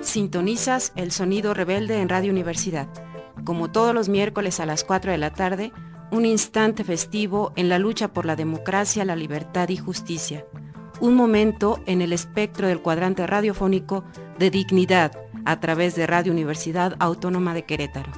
Sintonizas El Sonido Rebelde en Radio Universidad. Como todos los miércoles a las 4 de la tarde, un instante festivo en la lucha por la democracia, la libertad y justicia. Un momento en el espectro del cuadrante radiofónico de dignidad a través de Radio Universidad Autónoma de Querétaro.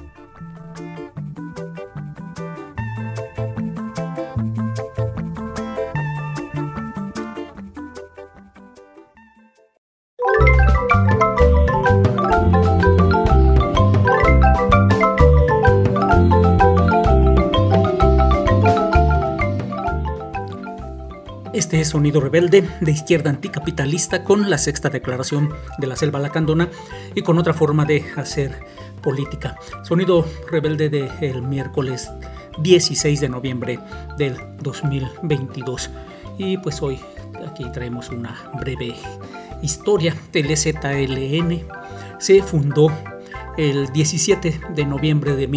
Este es Sonido Rebelde, de izquierda anticapitalista, con la sexta declaración de la Selva Lacandona y con otra forma de hacer política. Sonido Rebelde del miércoles 16 de noviembre del 2022. Y pues hoy aquí traemos una breve historia del EZLN. Se fundó el 17 de noviembre de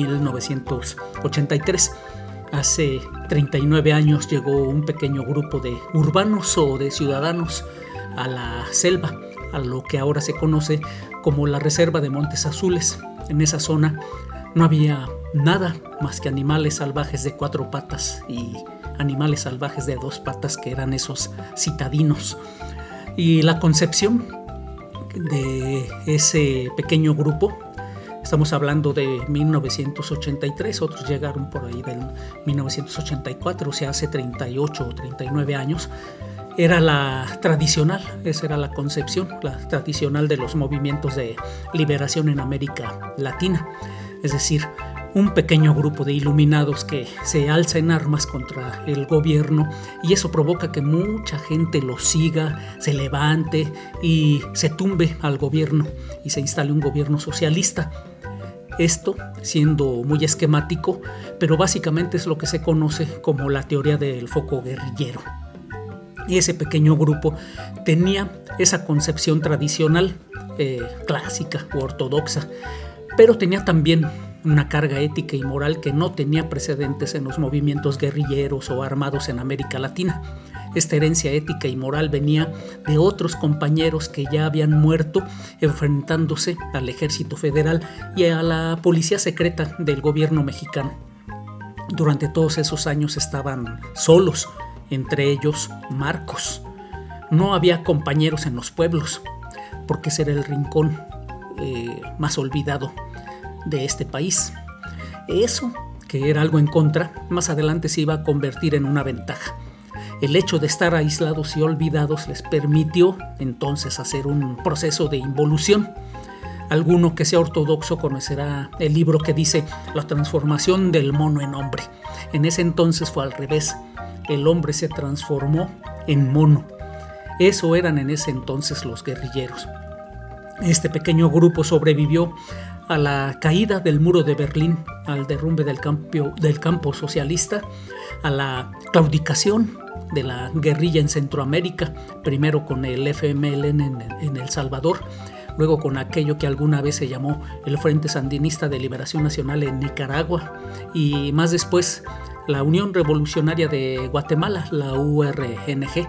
1983. Hace 39 años llegó un pequeño grupo de urbanos o de ciudadanos a la selva, a lo que ahora se conoce como la Reserva de Montes Azules. En esa zona no había nada más que animales salvajes de 4 patas y animales salvajes de 2 patas, que eran esos citadinos. Y la concepción de ese pequeño grupo, estamos hablando de 1983, otros llegaron por ahí del 1984, o sea, hace 38 o 39 años, era la tradicional, esa era la concepción, la tradicional de los movimientos de liberación en América Latina. Es decir, un pequeño grupo de iluminados que se alza en armas contra el gobierno, y eso provoca que mucha gente lo siga, se levante y se tumbe al gobierno y se instale un gobierno socialista. Esto siendo muy esquemático, pero básicamente es lo que se conoce como la teoría del foco guerrillero. Y ese pequeño grupo tenía esa concepción tradicional, clásica o ortodoxa, pero tenía también una carga ética y moral que no tenía precedentes en los movimientos guerrilleros o armados en América Latina. Esta herencia ética y moral venía de otros compañeros que ya habían muerto enfrentándose al ejército federal y a la policía secreta del gobierno mexicano. Durante todos esos años estaban solos, entre ellos Marcos. No había compañeros en los pueblos, porque ese era el rincón más olvidado de este país. Eso, que era algo en contra, más adelante se iba a convertir en una ventaja. El hecho de estar aislados y olvidados les permitió entonces hacer un proceso de involución. Alguno que sea ortodoxo conocerá el libro que dice La transformación del mono en hombre. En ese entonces fue al revés. El hombre se transformó en mono. Eso eran en ese entonces los guerrilleros. Este pequeño grupo sobrevivió a la caída del muro de Berlín, al derrumbe del campo socialista, a la claudicación de la guerrilla en Centroamérica, primero con el FMLN en El Salvador, luego con aquello que alguna vez se llamó el Frente Sandinista de Liberación Nacional en Nicaragua, y más después la Unión Revolucionaria de Guatemala, la URNG.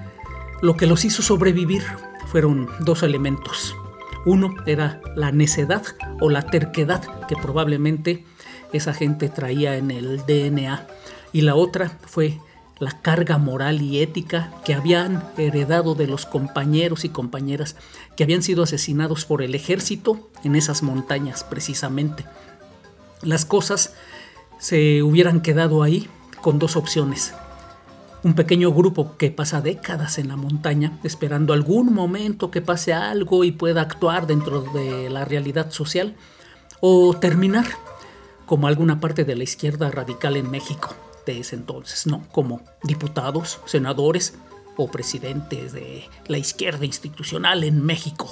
Lo que los hizo sobrevivir fueron 2 elementos. Uno era la necedad o la terquedad que probablemente esa gente traía en el DNA, y la otra fue la carga moral y ética que habían heredado de los compañeros y compañeras que habían sido asesinados por el ejército en esas montañas precisamente. Las cosas se hubieran quedado ahí con 2 opciones. Un pequeño grupo que pasa décadas en la montaña esperando algún momento que pase algo y pueda actuar dentro de la realidad social, o terminar como alguna parte de la izquierda radical en México de ese entonces, ¿no? Como diputados, senadores o presidentes de la izquierda institucional en México.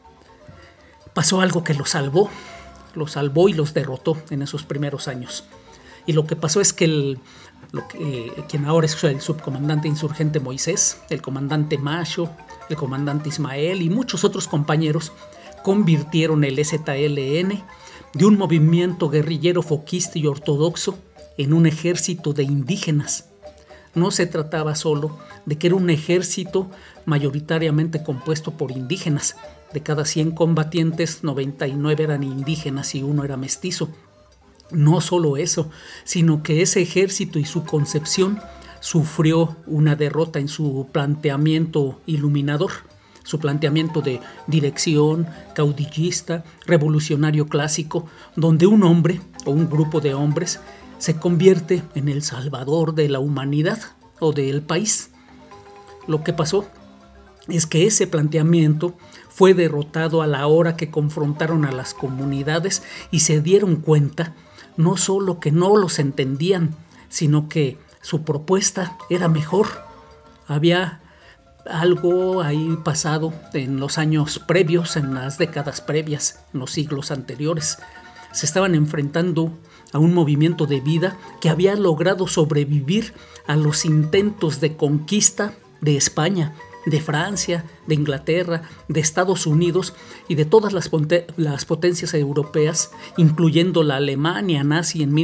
Pasó algo que los salvó y los derrotó en esos primeros años. Y lo que pasó es que quien ahora es el subcomandante insurgente Moisés, el comandante Macho, el comandante Ismael y muchos otros compañeros convirtieron el EZLN de un movimiento guerrillero foquista y ortodoxo en un ejército de indígenas. no se trataba solo de que era un ejército mayoritariamente compuesto por indígenas. De cada 100 combatientes, 99 eran indígenas y 1 era mestizo. No solo eso, sino que ese ejército y su concepción sufrió una derrota en su planteamiento iluminador, su planteamiento de dirección, caudillista, revolucionario clásico, donde un hombre o un grupo de hombres se convierte en el salvador de la humanidad o del país. Lo que pasó es que ese planteamiento fue derrotado a la hora que confrontaron a las comunidades y se dieron cuenta no solo que no los entendían, sino que su propuesta era mejor. Había algo ahí pasado en los años previos, en las décadas previas, en los siglos anteriores. Se estaban enfrentando a un movimiento de vida que había logrado sobrevivir a los intentos de conquista de España, de Francia, de Inglaterra, de Estados Unidos y de todas las potencias europeas, incluyendo la Alemania nazi en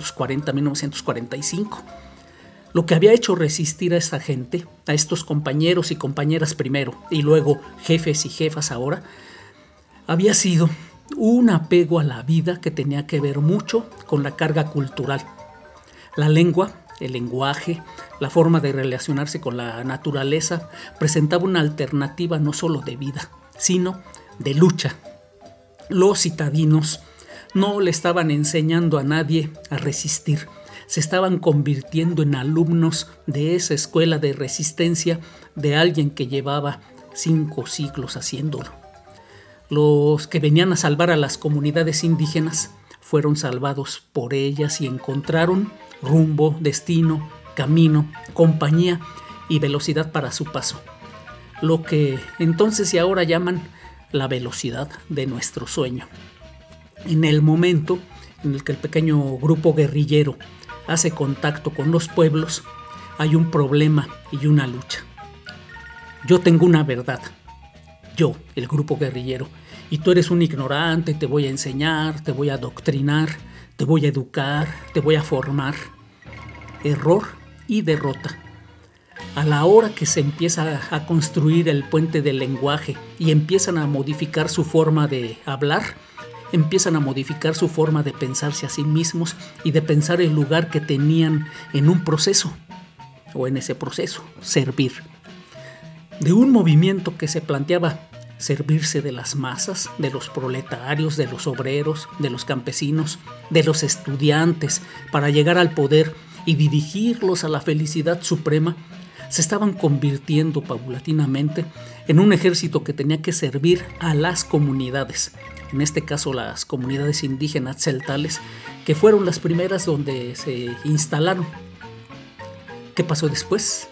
1940-1945. Lo que había hecho resistir a esta gente, a estos compañeros y compañeras primero, y luego jefes y jefas ahora, había sido un apego a la vida que tenía que ver mucho con la carga cultural. La lengua, el lenguaje, la forma de relacionarse con la naturaleza presentaba una alternativa no solo de vida, sino de lucha. Los citadinos no le estaban enseñando a nadie a resistir, se estaban convirtiendo en alumnos de esa escuela de resistencia de alguien que llevaba 5 siglos haciéndolo. Los que venían a salvar a las comunidades indígenas fueron salvados por ellas y encontraron rumbo, destino, camino, compañía y velocidad para su paso. Lo que entonces y ahora llaman la velocidad de nuestro sueño. En el momento en el que el pequeño grupo guerrillero hace contacto con los pueblos, hay un problema y una lucha. Yo tengo una verdad, yo, el grupo guerrillero, y tú eres un ignorante, te voy a enseñar, te voy a adoctrinar, te voy a educar, te voy a formar. Error y derrota. A la hora que se empieza a construir el puente del lenguaje y empiezan a modificar su forma de hablar, empiezan a modificar su forma de pensarse a sí mismos y de pensar el lugar que tenían en un proceso, o en ese proceso, servir. De un movimiento que se planteaba servirse de las masas, de los proletarios, de los obreros, de los campesinos, de los estudiantes, para llegar al poder y dirigirlos a la felicidad suprema, se estaban convirtiendo paulatinamente en un ejército que tenía que servir a las comunidades, en este caso las comunidades indígenas celtales, que fueron las primeras donde se instalaron. ¿Qué pasó después?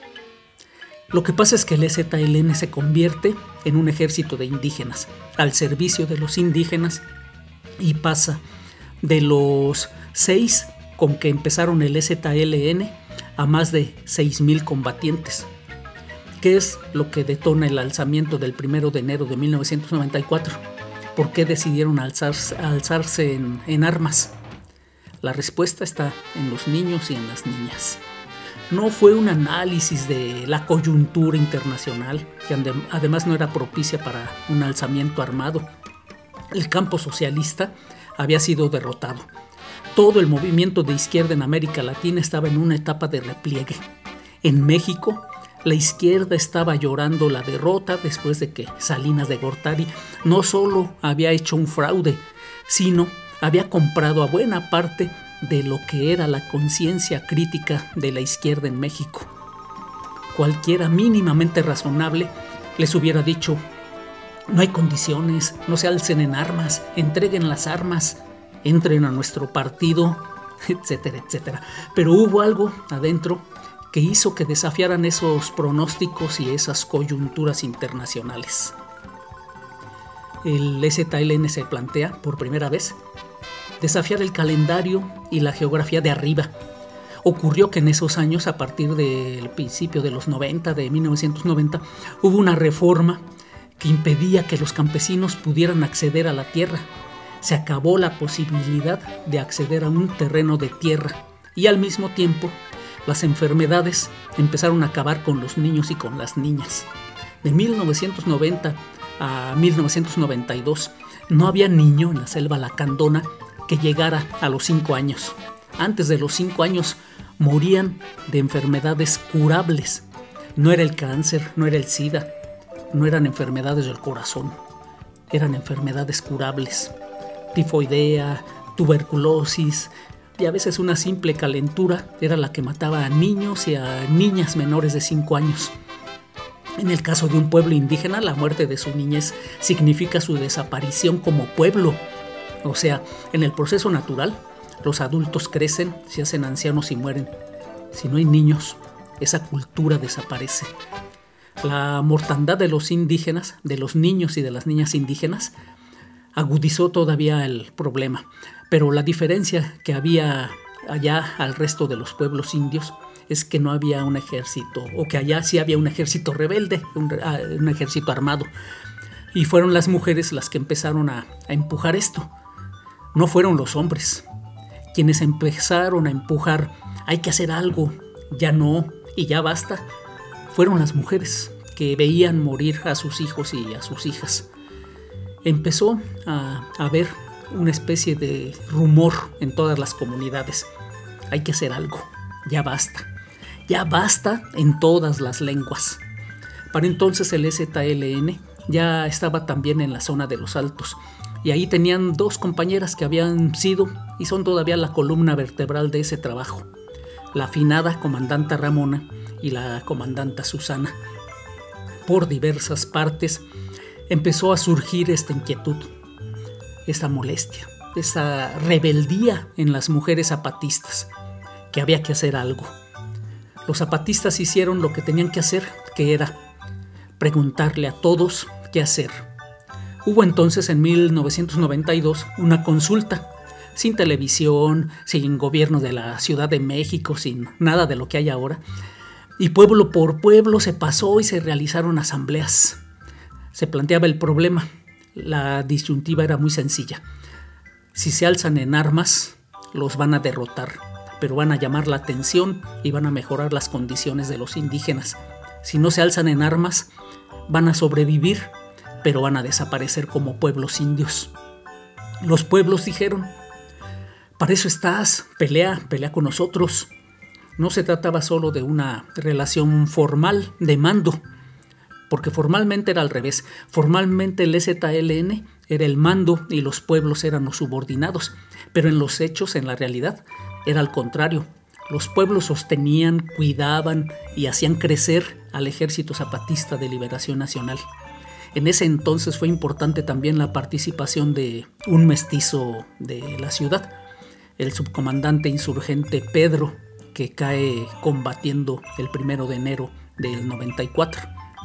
Lo que pasa es que el EZLN se convierte en un ejército de indígenas, al servicio de los indígenas, y pasa de los 6 con que empezaron el EZLN a más de 6,000 combatientes, que es lo que detona el alzamiento del 1 de enero de 1994. ¿Por qué decidieron alzarse en armas? La respuesta está en los niños y en las niñas. No fue un análisis de la coyuntura internacional, que además no era propicia para un alzamiento armado. El campo socialista había sido derrotado. Todo el movimiento de izquierda en América Latina estaba en una etapa de repliegue. En México, la izquierda estaba llorando la derrota después de que Salinas de Gortari no solo había hecho un fraude, sino había comprado a buena parte de lo que era la conciencia crítica de la izquierda en México. Cualquiera mínimamente razonable les hubiera dicho: no hay condiciones, no se alcen en armas, entreguen las armas, entren a nuestro partido, etcétera, etcétera. Pero hubo algo adentro que hizo que desafiaran esos pronósticos y esas coyunturas internacionales. El EZLN se plantea por primera vez desafiar el calendario y la geografía de arriba. Ocurrió que en esos años, a partir del principio de los 90, de 1990, hubo una reforma que impedía que los campesinos pudieran acceder a la tierra. Se acabó la posibilidad de acceder a un terreno de tierra y al mismo tiempo las enfermedades empezaron a acabar con los niños y con las niñas. De 1990 a 1992 no había niño en la selva lacandona que llegara a los 5 años. Antes de los 5 años morían de enfermedades curables. No era el cáncer, no era el SIDA, no eran enfermedades del corazón, eran enfermedades curables. Tifoidea, tuberculosis y a veces una simple calentura era la que mataba a niños y a niñas menores de 5 años. En el caso de un pueblo indígena, la muerte de su niñez significa su desaparición como pueblo. O sea, en el proceso natural, los adultos crecen, se hacen ancianos y mueren. Si no hay niños, esa cultura desaparece. La mortandad de los indígenas, de los niños y de las niñas indígenas, agudizó todavía el problema. Pero la diferencia que había allá al resto de los pueblos indios es que no había un ejército, o que allá sí había un ejército rebelde, un ejército armado. Y fueron las mujeres las que empezaron a empujar esto. No fueron los hombres quienes empezaron a empujar, hay que hacer algo, ya no, y ya basta. Fueron las mujeres que veían morir a sus hijos y a sus hijas. Empezó a haber una especie de rumor en todas las comunidades. Hay que hacer algo, ya basta. Ya basta en todas las lenguas. Para entonces el EZLN ya estaba también en la zona de los Altos. Y ahí tenían 2 compañeras que habían sido y son todavía la columna vertebral de ese trabajo. La afinada comandanta Ramona y la comandanta Susana. Por diversas partes empezó a surgir esta inquietud, esta molestia, esa rebeldía en las mujeres zapatistas, que había que hacer algo. Los zapatistas hicieron lo que tenían que hacer, que era preguntarle a todos qué hacer. Hubo entonces en 1992 una consulta, sin televisión, sin gobierno de la Ciudad de México, sin nada de lo que hay ahora, y pueblo por pueblo se pasó y se realizaron asambleas. Se planteaba el problema. La disyuntiva era muy sencilla. Si se alzan en armas, los van a derrotar, pero van a llamar la atención y van a mejorar las condiciones de los indígenas. Si no se alzan en armas, van a sobrevivir, pero van a desaparecer como pueblos indios. Los pueblos dijeron, para eso estás, pelea con nosotros. No se trataba solo de una relación formal de mando, porque formalmente era al revés. Formalmente el EZLN era el mando y los pueblos eran los subordinados, pero en los hechos, en la realidad, era al contrario. Los pueblos sostenían, cuidaban y hacían crecer al Ejército Zapatista de Liberación Nacional. En ese entonces fue importante también la participación de un mestizo de la ciudad, el subcomandante insurgente Pedro, que cae combatiendo el 1 de enero del 94.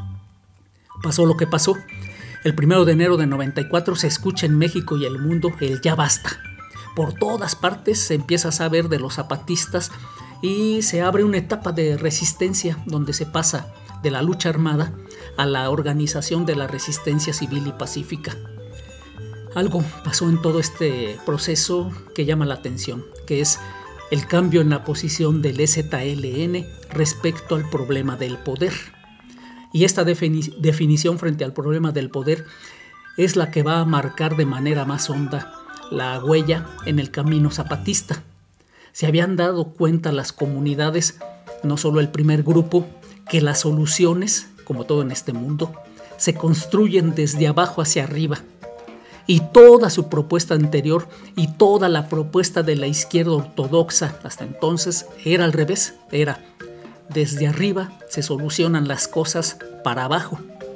Pasó lo que pasó. El 1 de enero del 94 se escucha en México y el mundo el ya basta. Por todas partes se empieza a saber de los zapatistas y se abre una etapa de resistencia donde se pasa de la lucha armada a la organización de la resistencia civil y pacífica. Algo pasó en todo este proceso que llama la atención, que es el cambio en la posición del EZLN respecto al problema del poder. Y esta definición frente al problema del poder es la que va a marcar de manera más honda la huella en el camino zapatista. Se habían dado cuenta las comunidades, no solo el primer grupo, que las soluciones, como todo en este mundo, se construyen desde abajo hacia arriba. Y toda su propuesta anterior y toda la propuesta de la izquierda ortodoxa hasta entonces era al revés, era desde arriba se solucionan las cosas para abajo.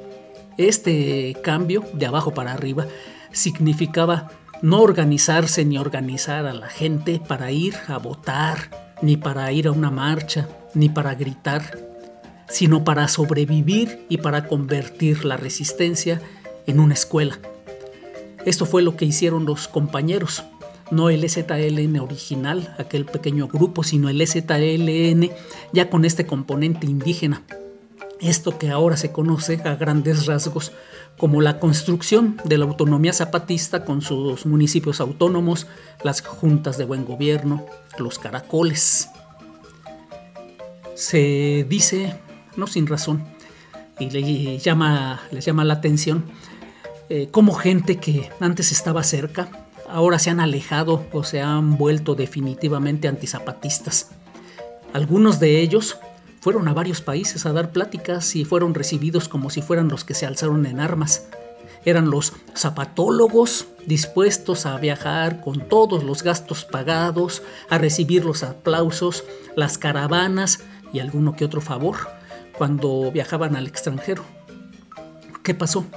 Este cambio de abajo para arriba significaba no organizarse ni organizar a la gente para ir a votar, ni para ir a una marcha, ni para gritar, sino para sobrevivir y para convertir la resistencia en una escuela. Esto fue lo que hicieron los compañeros, no el EZLN original, aquel pequeño grupo, sino el EZLN ya con este componente indígena. Esto que ahora se conoce a grandes rasgos como la construcción de la autonomía zapatista con sus municipios autónomos, las juntas de buen gobierno, los caracoles. Se dice, no sin razón, y les llama la atención, cómo gente que antes estaba cerca, ahora se han alejado o se han vuelto definitivamente antizapatistas. Algunos de ellos fueron a varios países a dar pláticas y fueron recibidos como si fueran los que se alzaron en armas. Eran los zapatólogos dispuestos a viajar con todos los gastos pagados, a recibir los aplausos, las caravanas y alguno que otro favor cuando viajaban al extranjero. ¿Qué pasó?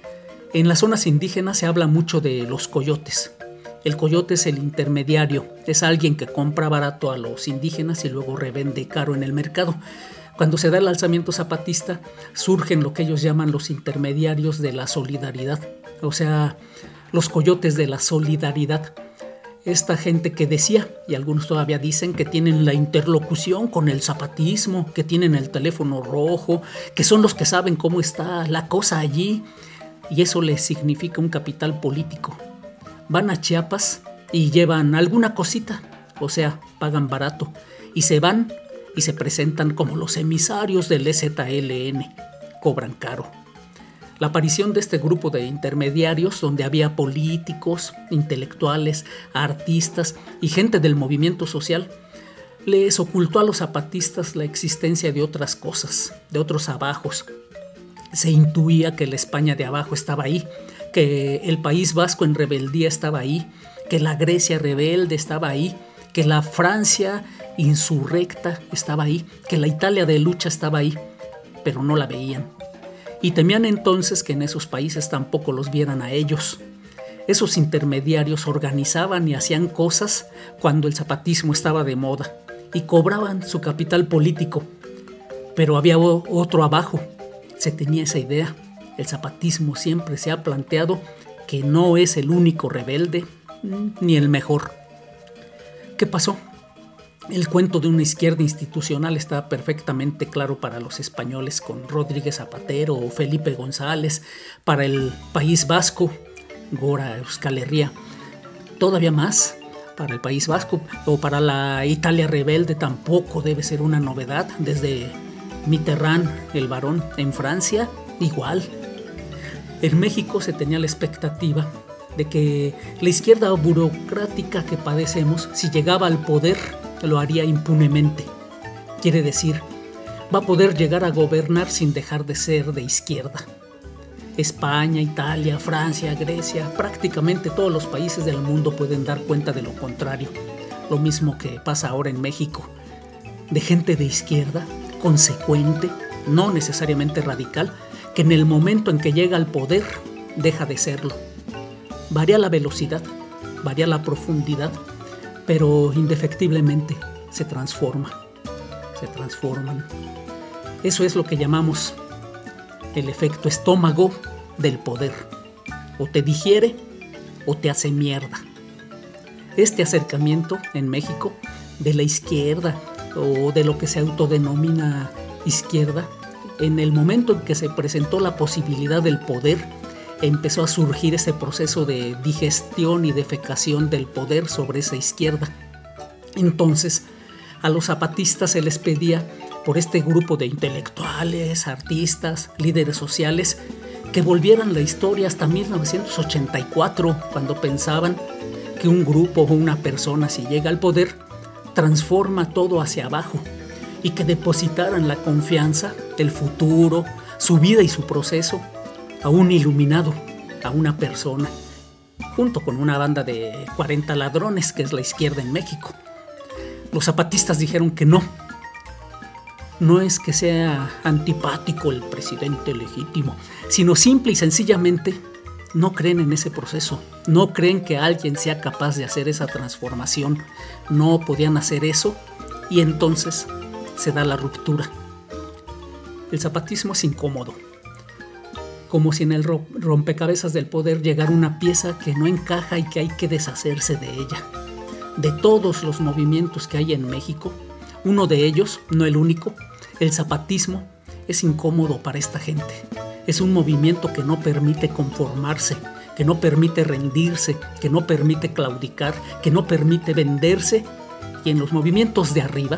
En las zonas indígenas se habla mucho de los coyotes. El coyote es el intermediario, es alguien que compra barato a los indígenas y luego revende caro en el mercado. Cuando se da el alzamiento zapatista, surgen lo que ellos llaman los intermediarios de la solidaridad, o sea, los coyotes de la solidaridad. Esta gente que decía, y algunos todavía dicen, que tienen la interlocución con el zapatismo, que tienen el teléfono rojo, que son los que saben cómo está la cosa allí, y eso les significa un capital político. Van a Chiapas y llevan alguna cosita, o sea, pagan barato, y se van y se presentan como los emisarios del EZLN, cobran caro. La aparición de este grupo de intermediarios, donde había políticos, intelectuales, artistas y gente del movimiento social, les ocultó a los zapatistas la existencia de otras cosas, de otros abajos. Se intuía que la España de abajo estaba ahí, que el País Vasco en rebeldía estaba ahí, que la Grecia rebelde estaba ahí, que la Francia insurrecta estaba ahí, que la Italia de lucha estaba ahí, pero no la veían. Y temían entonces que en esos países tampoco los vieran a ellos. Esos intermediarios organizaban y hacían cosas cuando el zapatismo estaba de moda y cobraban su capital político. Pero había otro abajo. Se tenía esa idea. El zapatismo siempre se ha planteado que no es el único rebelde ni el mejor. ¿Qué pasó? El cuento de una izquierda institucional está perfectamente claro para los españoles con Rodríguez Zapatero o Felipe González, para el País Vasco, Gora Euskal Herria, todavía más para el País Vasco o para la Italia rebelde tampoco debe ser una novedad, desde Mitterrand, el varón, en Francia, igual. En México se tenía la expectativa de que la izquierda burocrática que padecemos, si llegaba al poder, lo haría impunemente. Quiere decir, va a poder llegar a gobernar sin dejar de ser de izquierda. España, Italia, Francia, Grecia, prácticamente todos los países del mundo pueden dar cuenta de lo contrario. Lo mismo que pasa ahora en México. De gente de izquierda, consecuente, no necesariamente radical, que en el momento en que llega al poder, deja de serlo. Varía la velocidad, varía la profundidad, pero indefectiblemente se transforman. Eso es lo que llamamos el efecto estómago del poder. O te digiere o te hace mierda. Este acercamiento en México de la izquierda o de lo que se autodenomina izquierda, en el momento en que se presentó la posibilidad del poder, empezó a surgir ese proceso de digestión y defecación del poder sobre esa izquierda. Entonces, a los zapatistas se les pedía por este grupo de intelectuales, artistas, líderes sociales, que volvieran la historia hasta 1984, cuando pensaban que un grupo o una persona, si llega al poder, transforma todo hacia abajo, y que depositaran la confianza, el futuro, su vida y su proceso a un iluminado, a una persona, junto con una banda de 40 ladrones que es la izquierda en México. Los zapatistas dijeron que no. No es que sea antipático el presidente legítimo, sino simple y sencillamente no creen en ese proceso, no creen que alguien sea capaz de hacer esa transformación, no podían hacer eso y entonces se da la ruptura. El zapatismo es incómodo, como si en el rompecabezas del poder llegara una pieza que no encaja y que hay que deshacerse de ella. De todos los movimientos que hay en México, uno de ellos, no el único, el zapatismo, es incómodo para esta gente. Es un movimiento que no permite conformarse, que no permite rendirse, que no permite claudicar, que no permite venderse. Y en los movimientos de arriba,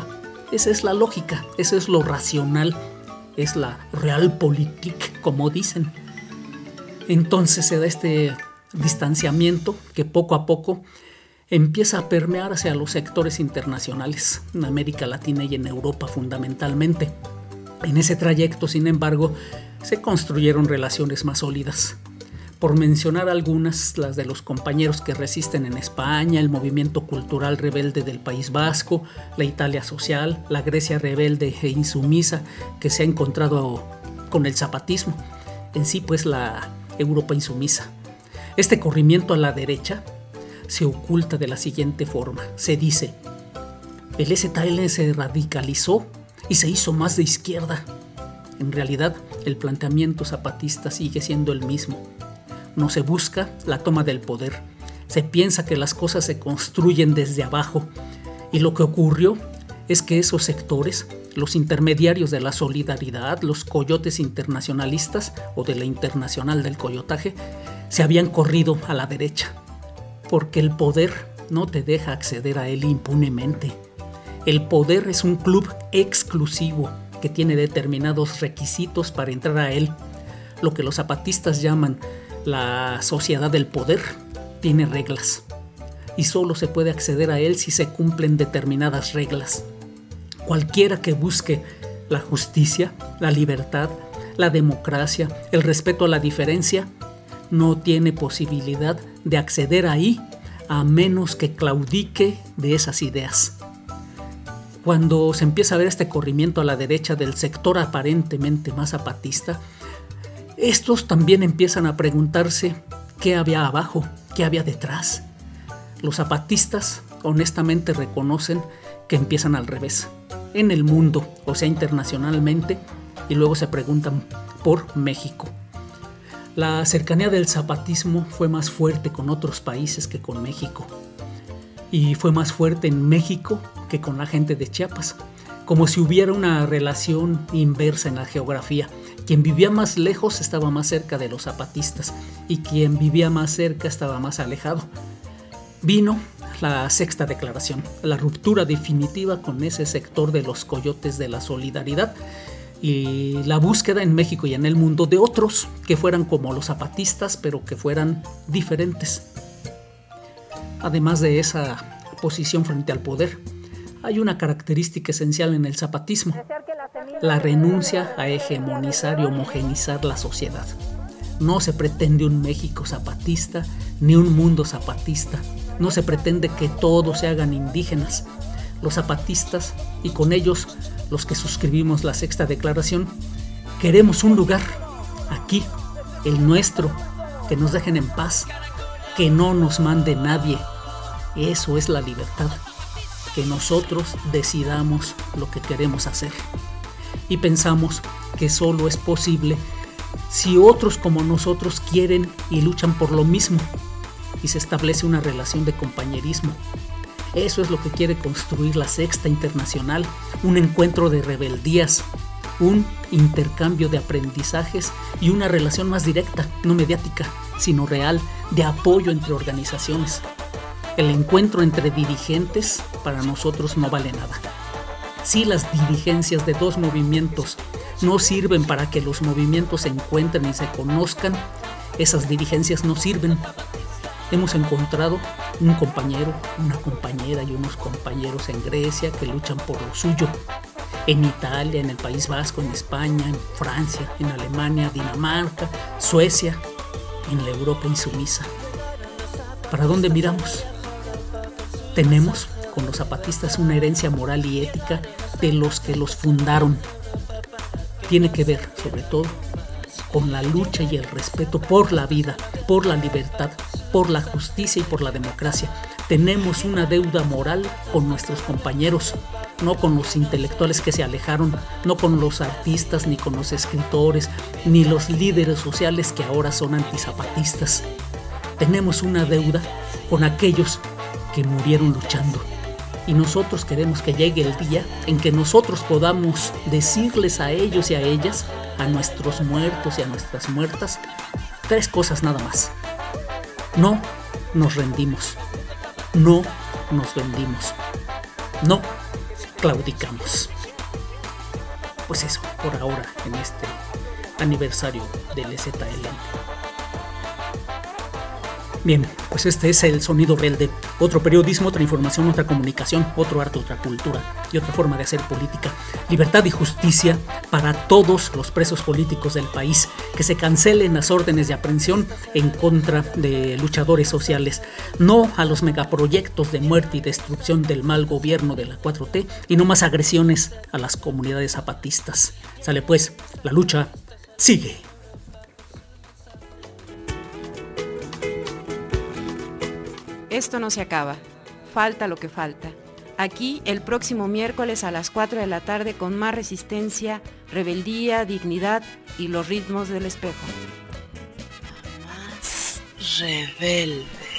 Esa es la lógica, eso es lo racional, es la realpolitik, como dicen. Entonces se da este distanciamiento que poco a poco empieza a permear hacia los sectores internacionales, en América Latina y en Europa fundamentalmente. En ese trayecto, sin embargo, se construyeron relaciones más sólidas. Por mencionar algunas, las de los compañeros que resisten en España, el movimiento cultural rebelde del País Vasco, la Italia social, la Grecia rebelde e insumisa que se ha encontrado con el zapatismo, en sí pues la Europa insumisa. Este corrimiento a la derecha se oculta de la siguiente forma. Se dice, el ZL se radicalizó y se hizo más de izquierda. En realidad, el planteamiento zapatista sigue siendo el mismo. No se busca la toma del poder. Se piensa que las cosas se construyen desde abajo. Y lo que ocurrió es que esos sectores, los intermediarios de la solidaridad, los coyotes internacionalistas o de la internacional del coyotaje, se habían corrido a la derecha. Porque el poder no te deja acceder a él impunemente. El poder es un club exclusivo que tiene determinados requisitos para entrar a él. Lo que los zapatistas llaman la sociedad del poder tiene reglas y solo se puede acceder a él si se cumplen determinadas reglas. Cualquiera que busque la justicia, la libertad, la democracia, el respeto a la diferencia, no tiene posibilidad de acceder ahí a menos que claudique de esas ideas. Cuando se empieza a ver este corrimiento a la derecha del sector aparentemente más zapatista, estos también empiezan a preguntarse qué había abajo, qué había detrás. Los zapatistas honestamente reconocen que empiezan al revés, en el mundo, o sea internacionalmente, y luego se preguntan por México. La cercanía del zapatismo fue más fuerte con otros países que con México. Y fue más fuerte en México que con la gente de Chiapas, como si hubiera una relación inversa en la geografía. Quien vivía más lejos estaba más cerca de los zapatistas y quien vivía más cerca estaba más alejado. Vino la sexta declaración, la ruptura definitiva con ese sector de los coyotes de la solidaridad y la búsqueda en México y en el mundo de otros que fueran como los zapatistas, pero que fueran diferentes. Además de esa posición frente al poder, hay una característica esencial en el zapatismo: la renuncia a hegemonizar y homogenizar la sociedad. No se pretende un México zapatista ni un mundo zapatista. No se pretende que todos se hagan indígenas. Los zapatistas, y con ellos los que suscribimos la sexta declaración, queremos un lugar, aquí, el nuestro, que nos dejen en paz, que no nos mande nadie. Eso es la libertad, que nosotros decidamos lo que queremos hacer. Y pensamos que solo es posible si otros como nosotros quieren y luchan por lo mismo, y se establece una relación de compañerismo. Eso es lo que quiere construir la Sexta Internacional, un encuentro de rebeldías, un intercambio de aprendizajes y una relación más directa, no mediática, sino real, de apoyo entre organizaciones. El encuentro entre dirigentes para nosotros no vale nada. Si las dirigencias de dos movimientos no sirven para que los movimientos se encuentren y se conozcan, esas dirigencias no sirven. Hemos encontrado un compañero, una compañera y unos compañeros en Grecia que luchan por lo suyo, en Italia, en el País Vasco, en España, en Francia, en Alemania, Dinamarca, Suecia, en la Europa insumisa. ¿Para dónde miramos? Tenemos con los zapatistas una herencia moral y ética de los que los fundaron. Tiene que ver, sobre todo, con la lucha y el respeto por la vida, por la libertad, por la justicia y por la democracia. Tenemos una deuda moral con nuestros compañeros, no con los intelectuales que se alejaron, no con los artistas, ni con los escritores, ni los líderes sociales que ahora son antizapatistas. Tenemos una deuda con aquellos que murieron luchando. Y nosotros queremos que llegue el día en que nosotros podamos decirles a ellos y a ellas, a nuestros muertos y a nuestras muertas, 3 cosas nada más. No nos rendimos. No nos vendimos. No claudicamos. Pues eso, por ahora, en este aniversario del EZLN. Bien, pues este es El Sonido Rebelde. Otro periodismo, otra información, otra comunicación, otro arte, otra cultura y otra forma de hacer política. Libertad y justicia para todos los presos políticos del país. Que se cancelen las órdenes de aprehensión en contra de luchadores sociales. No a los megaproyectos de muerte y destrucción del mal gobierno de la 4T y no más agresiones a las comunidades zapatistas. Sale pues, la lucha sigue. Esto no se acaba, falta lo que falta. Aquí el próximo miércoles a las 4 de la tarde con más resistencia, rebeldía, dignidad y los ritmos del espejo. Más rebelde.